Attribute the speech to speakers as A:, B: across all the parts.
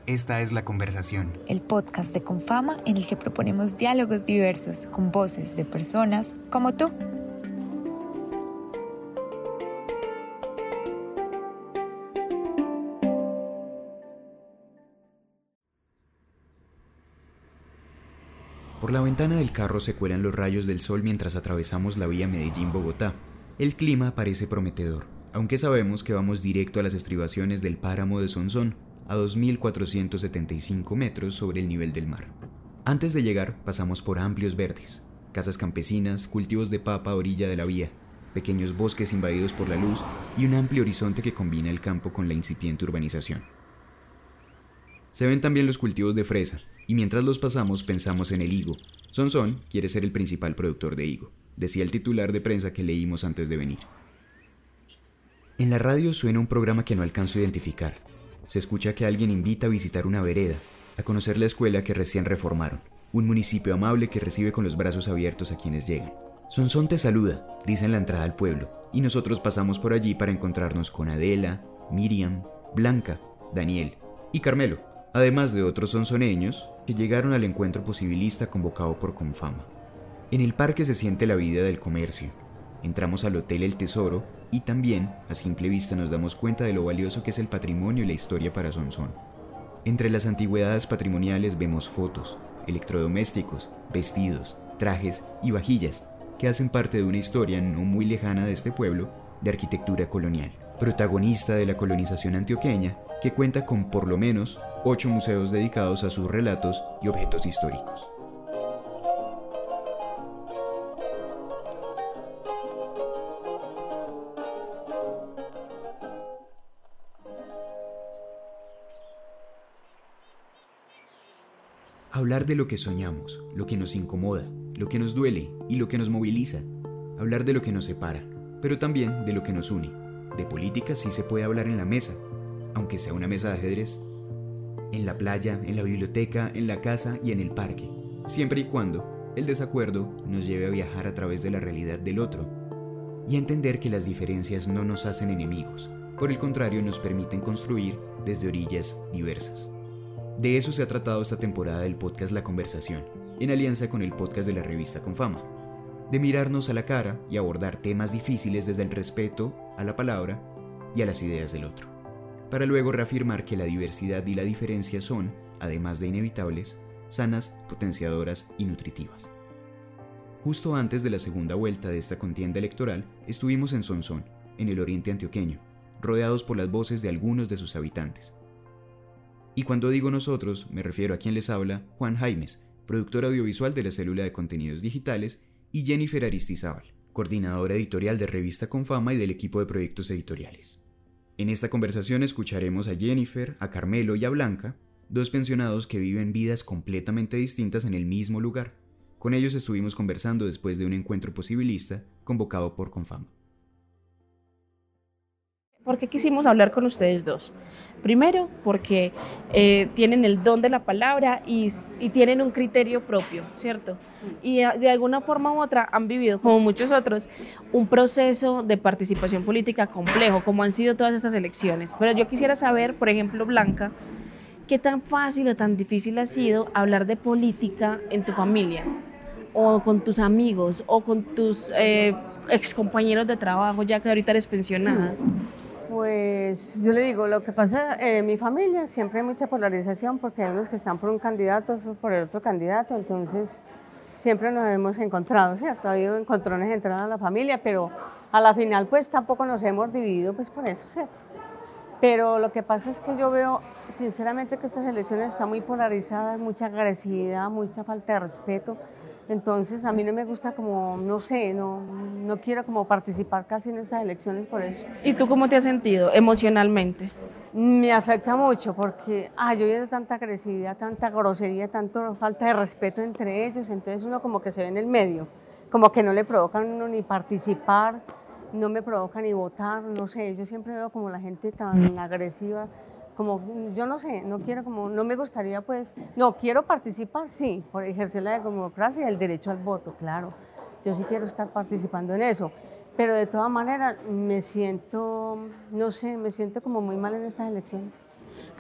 A: Esta es La Conversación,
B: el podcast de Confama en el que proponemos diálogos diversos con voces de personas como tú.
A: Por la ventana del carro se cuelan los rayos del sol mientras atravesamos la vía Medellín-Bogotá. El clima parece prometedor, aunque sabemos que vamos directo a las estribaciones del páramo de Sonsón, a 2.475 metros sobre el nivel del mar. Antes de llegar, pasamos por amplios verdes, casas campesinas, cultivos de papa a orilla de la vía, pequeños bosques invadidos por la luz y un amplio horizonte que combina el campo con la incipiente urbanización. Se ven también los cultivos de fresa, y mientras los pasamos pensamos en el higo. Sonsón quiere ser el principal productor de higo, decía el titular de prensa que leímos antes de venir. En la radio suena un programa que no alcanzo a identificar. Se escucha que alguien invita a visitar una vereda, a conocer la escuela que recién reformaron, un municipio amable que recibe con los brazos abiertos a quienes llegan. Sonsón te saluda, dice en la entrada al pueblo, y nosotros pasamos por allí para encontrarnos con Adela, Miriam, Blanca, Daniel y Carmelo, además de otros sonsoneños que llegaron al encuentro posibilista convocado por Confama. En el parque se siente la vida del comercio. Entramos al Hotel El Tesoro y también, a simple vista, nos damos cuenta de lo valioso que es el patrimonio y la historia para Sonsón. Entre las antigüedades patrimoniales vemos fotos, electrodomésticos, vestidos, trajes y vajillas que hacen parte de una historia no muy lejana de este pueblo de arquitectura colonial, protagonista de la colonización antioqueña, que cuenta con por lo menos 8 museos dedicados a sus relatos y objetos históricos. Hablar de lo que soñamos, lo que nos incomoda, lo que nos duele y lo que nos moviliza. Hablar de lo que nos separa, pero también de lo que nos une. De política sí se puede hablar en la mesa, aunque sea una mesa de ajedrez. En la playa, en la biblioteca, en la casa y en el parque, siempre y cuando el desacuerdo nos lleve a viajar a través de la realidad del otro y a entender que las diferencias no nos hacen enemigos, por el contrario nos permiten construir desde orillas diversas. De eso se ha tratado esta temporada del podcast La Conversación, en alianza con el podcast de la revista Confama, de mirarnos a la cara y abordar temas difíciles desde el respeto a la palabra y a las ideas del otro, para luego reafirmar que la diversidad y la diferencia son, además de inevitables, sanas, potenciadoras y nutritivas. Justo antes de la segunda vuelta de esta contienda electoral, estuvimos en Sonsón, en el oriente antioqueño, rodeados por las voces de algunos de sus habitantes. Y cuando digo nosotros, me refiero a quien les habla, Juan Jaimes, productor audiovisual de la célula de contenidos digitales, y Jennifer Aristizábal, coordinadora editorial de Revista Confama y del equipo de proyectos editoriales. En esta conversación escucharemos a Jennifer, a Carmelo y a Blanca, dos pensionados que viven vidas completamente distintas en el mismo lugar. Con ellos estuvimos conversando después de un encuentro posibilista convocado por Confama.
C: ¿Por qué quisimos hablar con ustedes dos? Primero, porque tienen el don de la palabra y tienen un criterio propio, ¿cierto? Y de alguna forma u otra han vivido, como muchos otros, un proceso de participación política complejo, como han sido todas estas elecciones. Pero yo quisiera saber, por ejemplo, Blanca, ¿qué tan fácil o tan difícil ha sido hablar de política en tu familia? O con tus amigos, o con tus excompañeros de trabajo, ya que ahorita eres pensionada.
D: Pues yo le digo, lo que pasa en mi familia siempre hay mucha polarización porque hay unos que están por un candidato, otros por el otro candidato, entonces siempre nos hemos encontrado, ¿cierto? Ha habido encontrones entre la familia, pero a la final pues tampoco nos hemos dividido pues por eso, ¿cierto? Pero lo que pasa es que yo veo sinceramente que estas elecciones están muy polarizadas, mucha agresividad, mucha falta de respeto. Entonces a mí no me gusta como, no sé, no quiero como participar casi en estas elecciones por eso.
C: ¿Y tú cómo te has sentido emocionalmente?
D: Me afecta mucho porque yo viendo tanta agresividad, tanta grosería, tanta falta de respeto entre ellos, entonces uno como que se ve en el medio, como que no le provocan uno ni participar, no me provoca ni votar, no sé, yo siempre veo como la gente tan agresiva, como, yo no sé, no quiero como, no me gustaría pues, no, quiero participar, sí, por ejercer la democracia y el derecho al voto, claro, yo sí quiero estar participando en eso, pero de todas maneras me siento, no sé, me siento como muy mal en estas elecciones.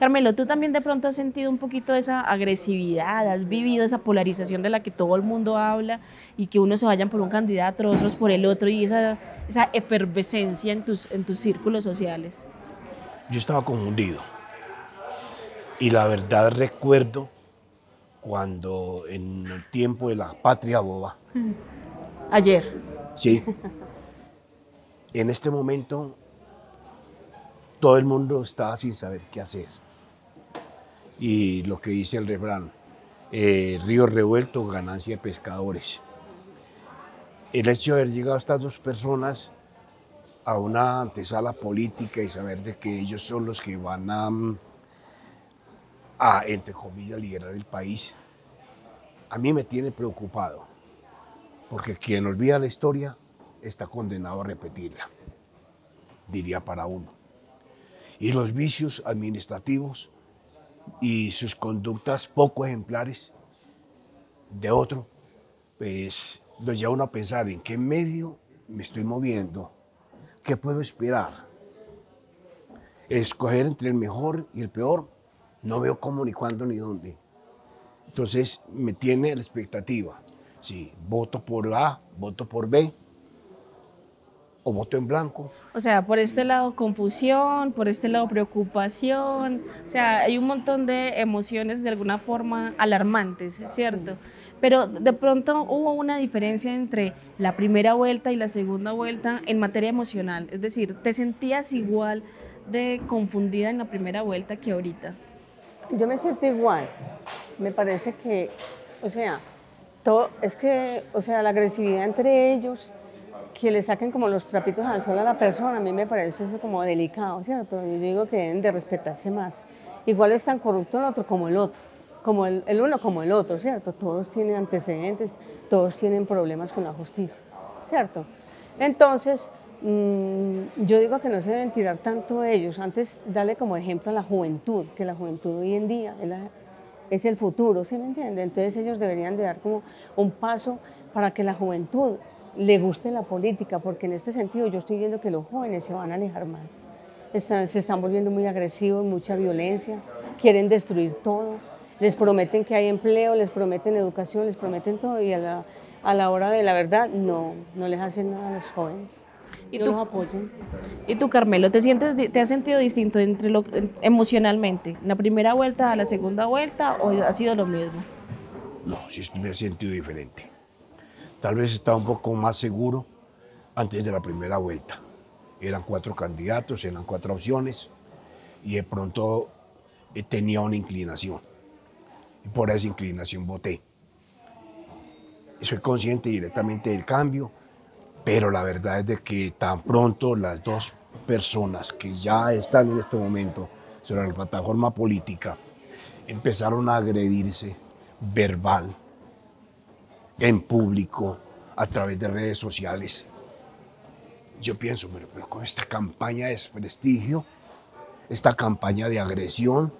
C: Carmelo, ¿tú también de pronto has sentido un poquito esa agresividad, has vivido esa polarización de la que todo el mundo habla y que unos se vayan por un candidato, otros por el otro y esa efervescencia en tus círculos sociales?
E: Yo estaba confundido y la verdad recuerdo cuando en el tiempo de la patria boba,
C: Ayer.
E: sí, en este momento todo el mundo estaba sin saber qué hacer. Y lo que dice el refrán, río revuelto, ganancia de pescadores. El hecho de haber llegado estas dos personas a una antesala política y saber de que ellos son los que van a, entre comillas, liderar el país, a mí me tiene preocupado, porque quien olvida la historia está condenado a repetirla, diría para uno. Y los vicios administrativos y sus conductas poco ejemplares de otro, pues los lleva uno a pensar en qué medio me estoy moviendo, qué puedo esperar. Escoger entre el mejor y el peor, no veo cómo, ni cuándo, ni dónde. Entonces me tiene la expectativa, si voto por A, voto por B, o voto en blanco.
C: O sea, por este lado confusión, por este lado preocupación, o sea, hay un montón de emociones de alguna forma alarmantes, ¿cierto? Sí. Pero de pronto hubo una diferencia entre la primera vuelta y la segunda vuelta en materia emocional, es decir, ¿te sentías igual de confundida en la primera vuelta que ahorita?
D: Yo me siento igual, me parece que, o sea, todo, es que, o sea, la agresividad entre ellos, que le saquen como los trapitos al sol a la persona, a mí me parece eso como delicado, ¿cierto? Yo digo que deben de respetarse más. Igual es tan corrupto el otro como el otro, como el uno como el otro, ¿cierto? Todos tienen antecedentes, todos tienen problemas con la justicia, ¿cierto? Entonces, yo digo que no se deben tirar tanto ellos, antes darle como ejemplo a la juventud, que la juventud hoy en día es el futuro, ¿sí me entiende? Entonces ellos deberían de dar como un paso para que la juventud le guste la política, porque en este sentido yo estoy viendo que los jóvenes se van a alejar más, se están volviendo muy agresivos, mucha violencia, quieren destruir todo, les prometen que hay empleo, les prometen educación, les prometen todo y a la hora de la verdad no les hacen nada a los jóvenes.
C: ¿Y
D: no
C: tú,
D: los apoyan.
C: ¿Y tú, Carmelo, te has sentido distinto emocionalmente, la primera vuelta a la segunda vuelta o ha sido lo mismo?
E: No, sí me he sentido diferente. Tal vez estaba un poco más seguro antes de la primera vuelta. Eran 4 candidatos, eran 4 opciones y de pronto tenía una inclinación. Y por esa inclinación voté. Soy consciente directamente del cambio, pero la verdad es de que tan pronto las dos personas que ya están en este momento sobre la plataforma política empezaron a agredirse verbal, en público, a través de redes sociales. Yo pienso, pero con esta campaña de desprestigio, esta campaña de agresión,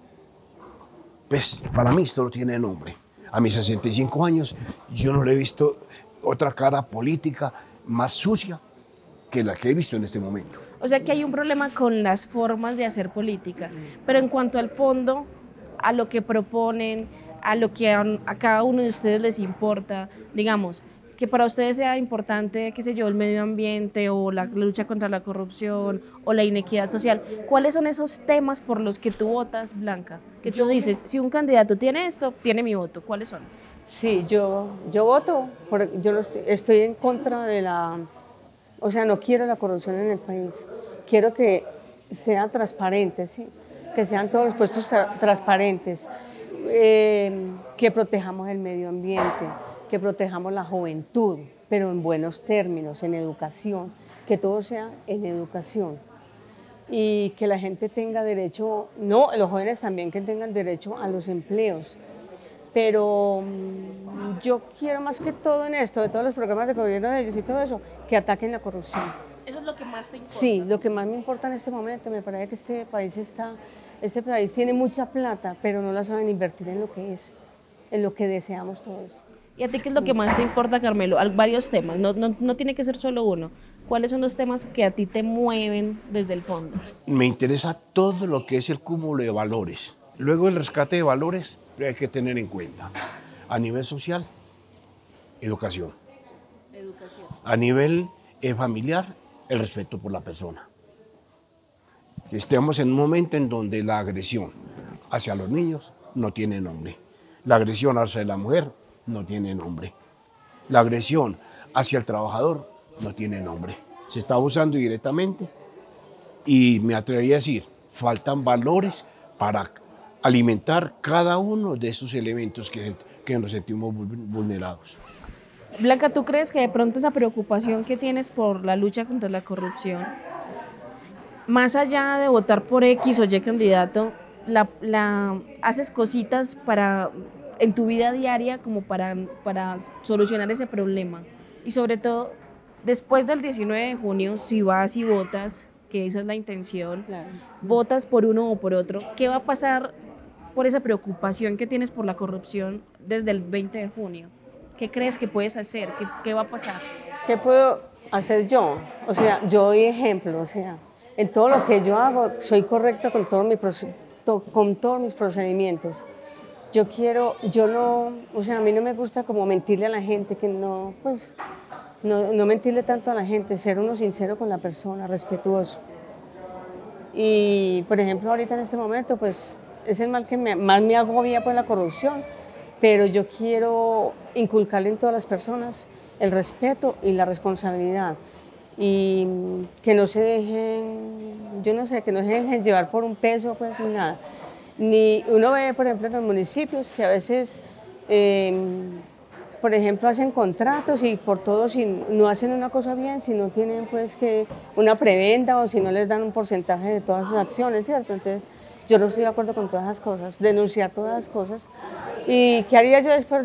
E: pues para mí esto no tiene nombre. A mis 65 años yo no le he visto otra cara política más sucia que la que he visto en este momento.
C: O sea que hay un problema con las formas de hacer política, pero en cuanto al fondo, a lo que proponen, a lo que a cada uno de ustedes les importa, digamos, que para ustedes sea importante, qué sé yo, el medio ambiente o la lucha contra la corrupción o la inequidad social, ¿cuáles son esos temas por los que tú votas, Blanca? Que tú dices, si un candidato tiene esto, tiene mi voto, ¿cuáles son?
D: Sí, yo voto, yo estoy en contra de o sea, no quiero la corrupción en el país, quiero que sea transparente, ¿sí? Que sean todos los puestos transparentes, que protejamos el medio ambiente, que protejamos la juventud, pero en buenos términos, en educación, que todo sea en educación y que la gente tenga derecho, no, los jóvenes también que tengan derecho a los empleos, pero yo quiero más que todo en esto, de todos los programas de gobierno de ellos y todo eso, que ataquen la corrupción.
C: ¿Eso es lo que más te importa?
D: Sí, lo que más me importa en este momento, me parece que este país tiene mucha plata, pero no la saben invertir en lo que es, en lo que deseamos todos.
C: ¿Y a ti qué es lo que más te importa, Carmelo? Varios temas, no tiene que ser solo uno. ¿cuáles son los temas que a ti te mueven desde el fondo?
E: Me interesa todo lo que es el cúmulo de valores. Luego el rescate de valores hay que tener en cuenta. A nivel social, educación. A nivel familiar, el respeto por la persona. Si estamos en un momento en donde la agresión hacia los niños no tiene nombre. La agresión hacia la mujer no tiene nombre. La agresión hacia el trabajador no tiene nombre. Se está abusando directamente y me atrevería a decir, faltan valores para alimentar cada uno de esos elementos que nos sentimos vulnerados.
C: Blanca, ¿tú crees que de pronto esa preocupación que tienes por la lucha contra la corrupción, más allá de votar por X o Y candidato, haces cositas en tu vida diaria como para solucionar ese problema? Y sobre todo, después del 19 de junio, si vas y votas, que esa es la intención,
D: Claro.
C: votas por uno o por otro, ¿qué va a pasar por esa preocupación que tienes por la corrupción desde el 20 de junio? ¿Qué crees que puedes hacer? ¿Qué va a pasar?
D: ¿Qué puedo hacer yo? O sea, yo doy ejemplo, o sea, en todo lo que yo hago, soy correcta con todos mis procedimientos. O sea, a mí no me gusta como mentirle a la gente, que no, pues, no mentirle tanto a la gente, ser uno sincero con la persona, respetuoso. Y, por ejemplo, ahorita en este momento, pues, es el mal que más me agobia, pues, la corrupción, pero yo quiero inculcarle en todas las personas el respeto y la responsabilidad, y que no se dejen, yo no sé, que no se dejen llevar por un peso, pues, ni nada. Ni uno ve, por ejemplo, en los municipios que a veces, por ejemplo, hacen contratos y por todo, si no hacen una cosa bien, si no tienen, pues, que una prebenda o si no les dan un porcentaje de todas sus acciones, ¿cierto? Entonces, yo no estoy de acuerdo con todas esas cosas, denunciar todas esas cosas. ¿Y qué haría yo después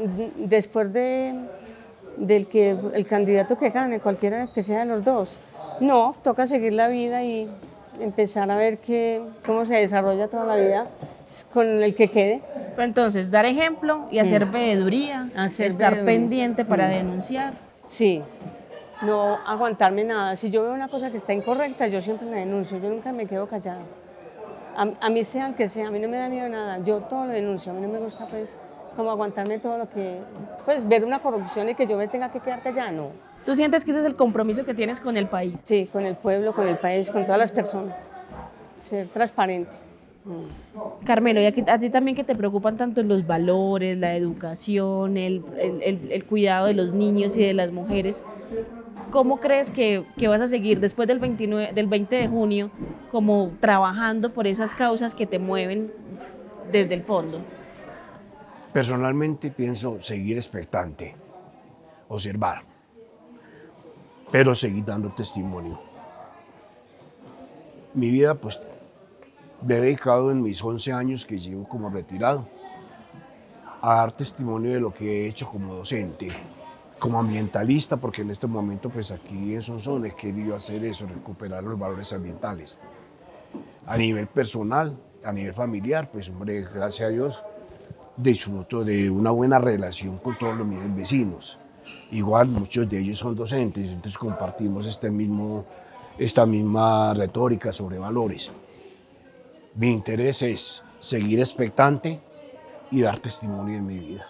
D: el candidato que gane, cualquiera que sea de los dos? No, toca seguir la vida y empezar a ver cómo se desarrolla toda la vida con el que quede.
C: Pero entonces, dar ejemplo y hacer veeduría, estar pendiente para denunciar.
D: Sí, no aguantarme nada. Si yo veo una cosa que está incorrecta, yo siempre la denuncio, yo nunca me quedo callada. A mí sea el que sea, a mí no me da miedo nada, yo todo lo denuncio, a mí no me gusta, pues, como aguantarme todo lo que, pues, ver una corrupción y que yo me tenga que quedar callada, no.
C: ¿Tú sientes que ese es el compromiso que tienes con el país?
D: Sí, con el pueblo, con el país, con todas las personas, ser transparente.
C: Carmelo, y a ti también, que te preocupan tanto los valores, la educación, el cuidado de los niños y de las mujeres, ¿cómo crees que vas a seguir después del 20 de junio como trabajando por esas causas que te mueven desde el fondo?
E: Personalmente pienso seguir expectante, observar, pero seguir dando testimonio. Mi vida, pues, me he dedicado en mis 11 años que llevo como retirado a dar testimonio de lo que he hecho como docente, como ambientalista, porque en este momento, pues, aquí en Sonsón he querido hacer eso, recuperar los valores ambientales. A nivel personal, a nivel familiar, pues, hombre, gracias a Dios, disfruto de una buena relación con todos los mis vecinos. Igual muchos de ellos son docentes, entonces compartimos esta misma retórica sobre valores. Mi interés es seguir expectante y dar testimonio de mi vida.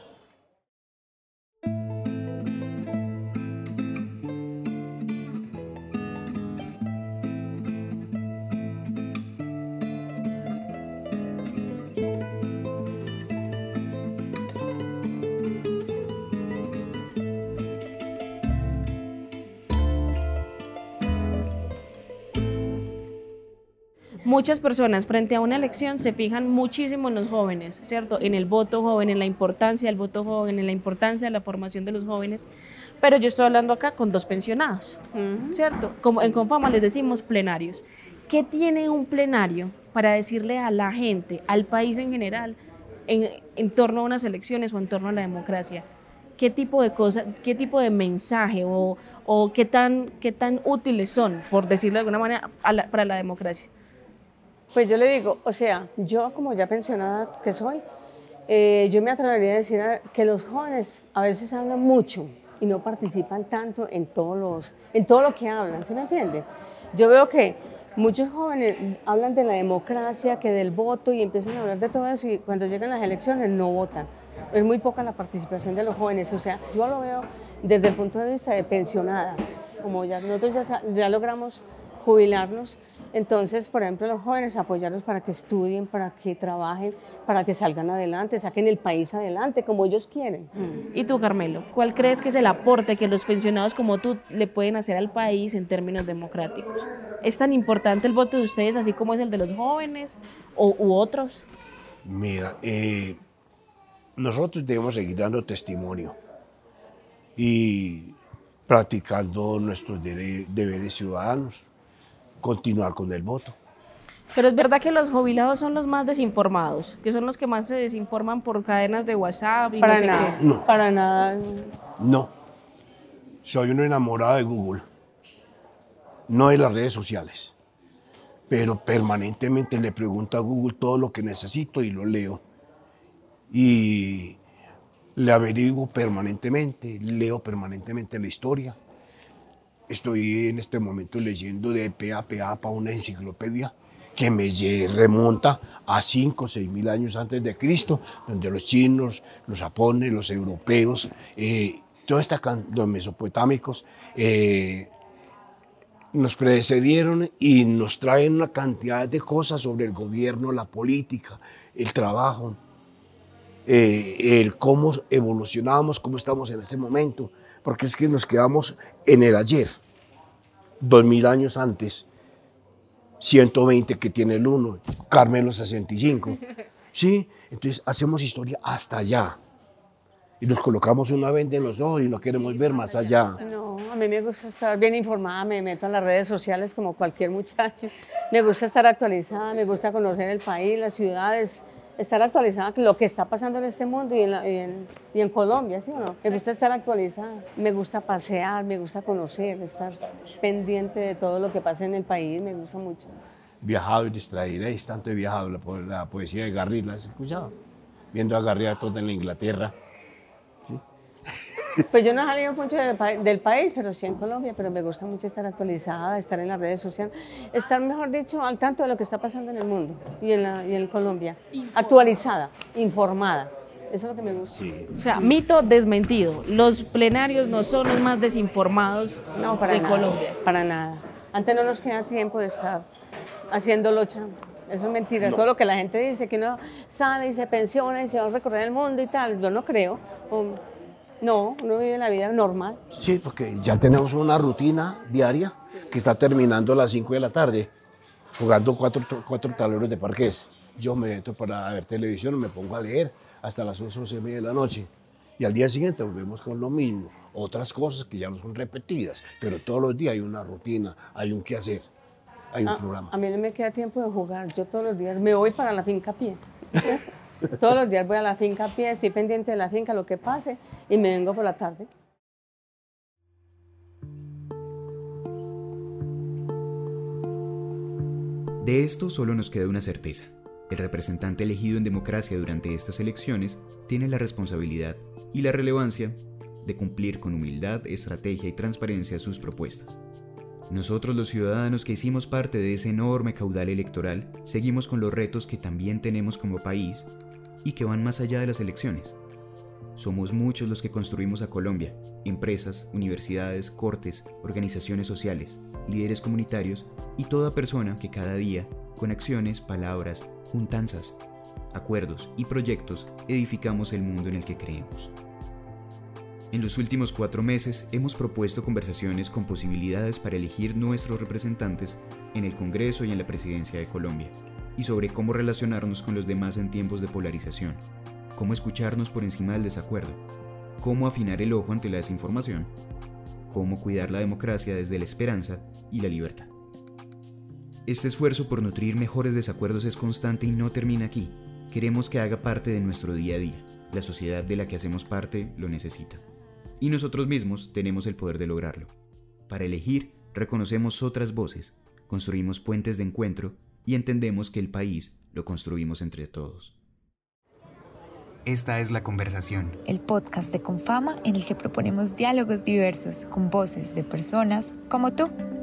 C: Muchas personas frente a una elección se fijan muchísimo en los jóvenes, ¿cierto? En el voto joven, en la importancia del voto joven, en la importancia de la formación de los jóvenes, pero yo estoy hablando acá con 2 pensionados, ¿cierto? Como en Confama les decimos plenarios. ¿Qué tiene un plenario para decirle a la gente, al país en general, en torno a unas elecciones o en torno a la democracia? ¿Qué tipo de cosas, qué tipo de mensaje o qué tan útiles son, por decirlo de alguna manera, para la democracia?
D: Pues yo le digo, o sea, yo como ya pensionada que soy, yo me atrevería a decir que los jóvenes a veces hablan mucho y no participan tanto en todo lo que hablan, ¿sí me entiende? Yo veo que muchos jóvenes hablan de la democracia, que del voto y empiezan a hablar de todo eso y cuando llegan las elecciones no votan. Es muy poca la participación de los jóvenes, o sea, yo lo veo desde el punto de vista de pensionada, como nosotros ya logramos jubilarnos, entonces, por ejemplo, los jóvenes apoyarlos para que estudien, para que trabajen, para que salgan adelante, saquen el país adelante como ellos quieren.
C: ¿Y tú, Carmelo, cuál crees que es el aporte que los pensionados como tú le pueden hacer al país en términos democráticos? ¿Es tan importante el voto de ustedes así como es el de los jóvenes u otros?
E: Mira, nosotros debemos seguir dando testimonio y practicando nuestros deberes ciudadanos, continuar con el voto.
C: Pero es verdad que los jubilados son los más desinformados, que son los que más se desinforman por cadenas de WhatsApp y
D: Para
C: no sé
D: nada,
C: qué.
E: No.
D: para nada.
E: No, soy un enamorado de Google, no de las redes sociales, pero permanentemente le pregunto a Google todo lo que necesito y lo leo. Y le averiguo permanentemente, leo permanentemente la historia. Estoy en este momento leyendo de pe a pa una enciclopedia que me remonta a 5 o 6 mil años antes de Cristo, donde los chinos, los japoneses, los europeos, los mesopotámicos, nos precedieron y nos traen una cantidad de cosas sobre el gobierno, la política, el trabajo, el cómo evolucionamos, cómo estamos en este momento, porque es que nos quedamos en el ayer, 2000 años antes, 120 que tiene el 1, Carmelo 65, ¿sí? Entonces hacemos historia hasta allá y nos colocamos una venda en los ojos y no queremos ver más allá.
D: No, a mí me gusta estar bien informada, me meto en las redes sociales como cualquier muchacho, me gusta estar actualizada, me gusta conocer el país, las ciudades, estar actualizada con lo que está pasando en este mundo y en Colombia, ¿sí o no? Me gusta estar actualizada, me gusta pasear, me gusta conocer, estar pendiente de todo lo que pasa en el país, me gusta mucho.
E: Viajado y distraíréis, tanto he viajado, la poesía de Garry, ¿la has escuchado? Viendo a Garry a toda en la Inglaterra.
D: Pues yo no he salido mucho del país, pero sí en Colombia, pero me gusta mucho estar actualizada, estar en las redes sociales, estar, mejor dicho, al tanto de lo que está pasando en el mundo y en Colombia. Actualizada, informada. Eso es lo que me gusta.
E: Sí.
C: O sea, mito desmentido. Los plenarios no son los más desinformados
D: No, para
C: de
D: nada,
C: Colombia.
D: para nada. Antes no nos queda tiempo de estar haciendo locha. Eso es mentira.
E: No.
D: Todo lo que la gente dice, que uno sale y se pensiona y se va a recorrer el mundo y tal, yo no creo. No, uno vive la vida normal.
E: Sí, porque ya tenemos una rutina diaria que está terminando a las 5 de la tarde, jugando cuatro tableros de parqués. Yo me meto para ver televisión, me pongo a leer hasta las 11:30 de la noche. Y al día siguiente volvemos con lo mismo. Otras cosas que ya no son repetidas, pero todos los días hay una rutina, hay un qué hacer, hay un programa.
D: A mí no me queda tiempo de jugar. Yo todos los días me voy para la finca a pie. Todos los días voy a la finca a pie, estoy pendiente de la finca, lo que pase, y me vengo por la tarde.
A: De esto solo nos queda una certeza. El representante elegido en democracia durante estas elecciones tiene la responsabilidad y la relevancia de cumplir con humildad, estrategia y transparencia sus propuestas. Nosotros los ciudadanos que hicimos parte de ese enorme caudal electoral, seguimos con los retos que también tenemos como país y que van más allá de las elecciones. Somos muchos los que construimos a Colombia, empresas, universidades, cortes, organizaciones sociales, líderes comunitarios y toda persona que cada día, con acciones, palabras, juntanzas, acuerdos y proyectos, edificamos el mundo en el que creemos. En los últimos 4 meses hemos propuesto conversaciones con posibilidades para elegir nuestros representantes en el Congreso y en la Presidencia de Colombia, y sobre cómo relacionarnos con los demás en tiempos de polarización, cómo escucharnos por encima del desacuerdo, cómo afinar el ojo ante la desinformación, cómo cuidar la democracia desde la esperanza y la libertad. Este esfuerzo por nutrir mejores desacuerdos es constante y no termina aquí. Queremos que haga parte de nuestro día a día. La sociedad de la que hacemos parte lo necesita. Y nosotros mismos tenemos el poder de lograrlo. Para elegir, reconocemos otras voces, construimos puentes de encuentro y entendemos que el país lo construimos entre todos. Esta es La Conversación,
B: el podcast de Confama en el que proponemos diálogos diversos con voces de personas como tú.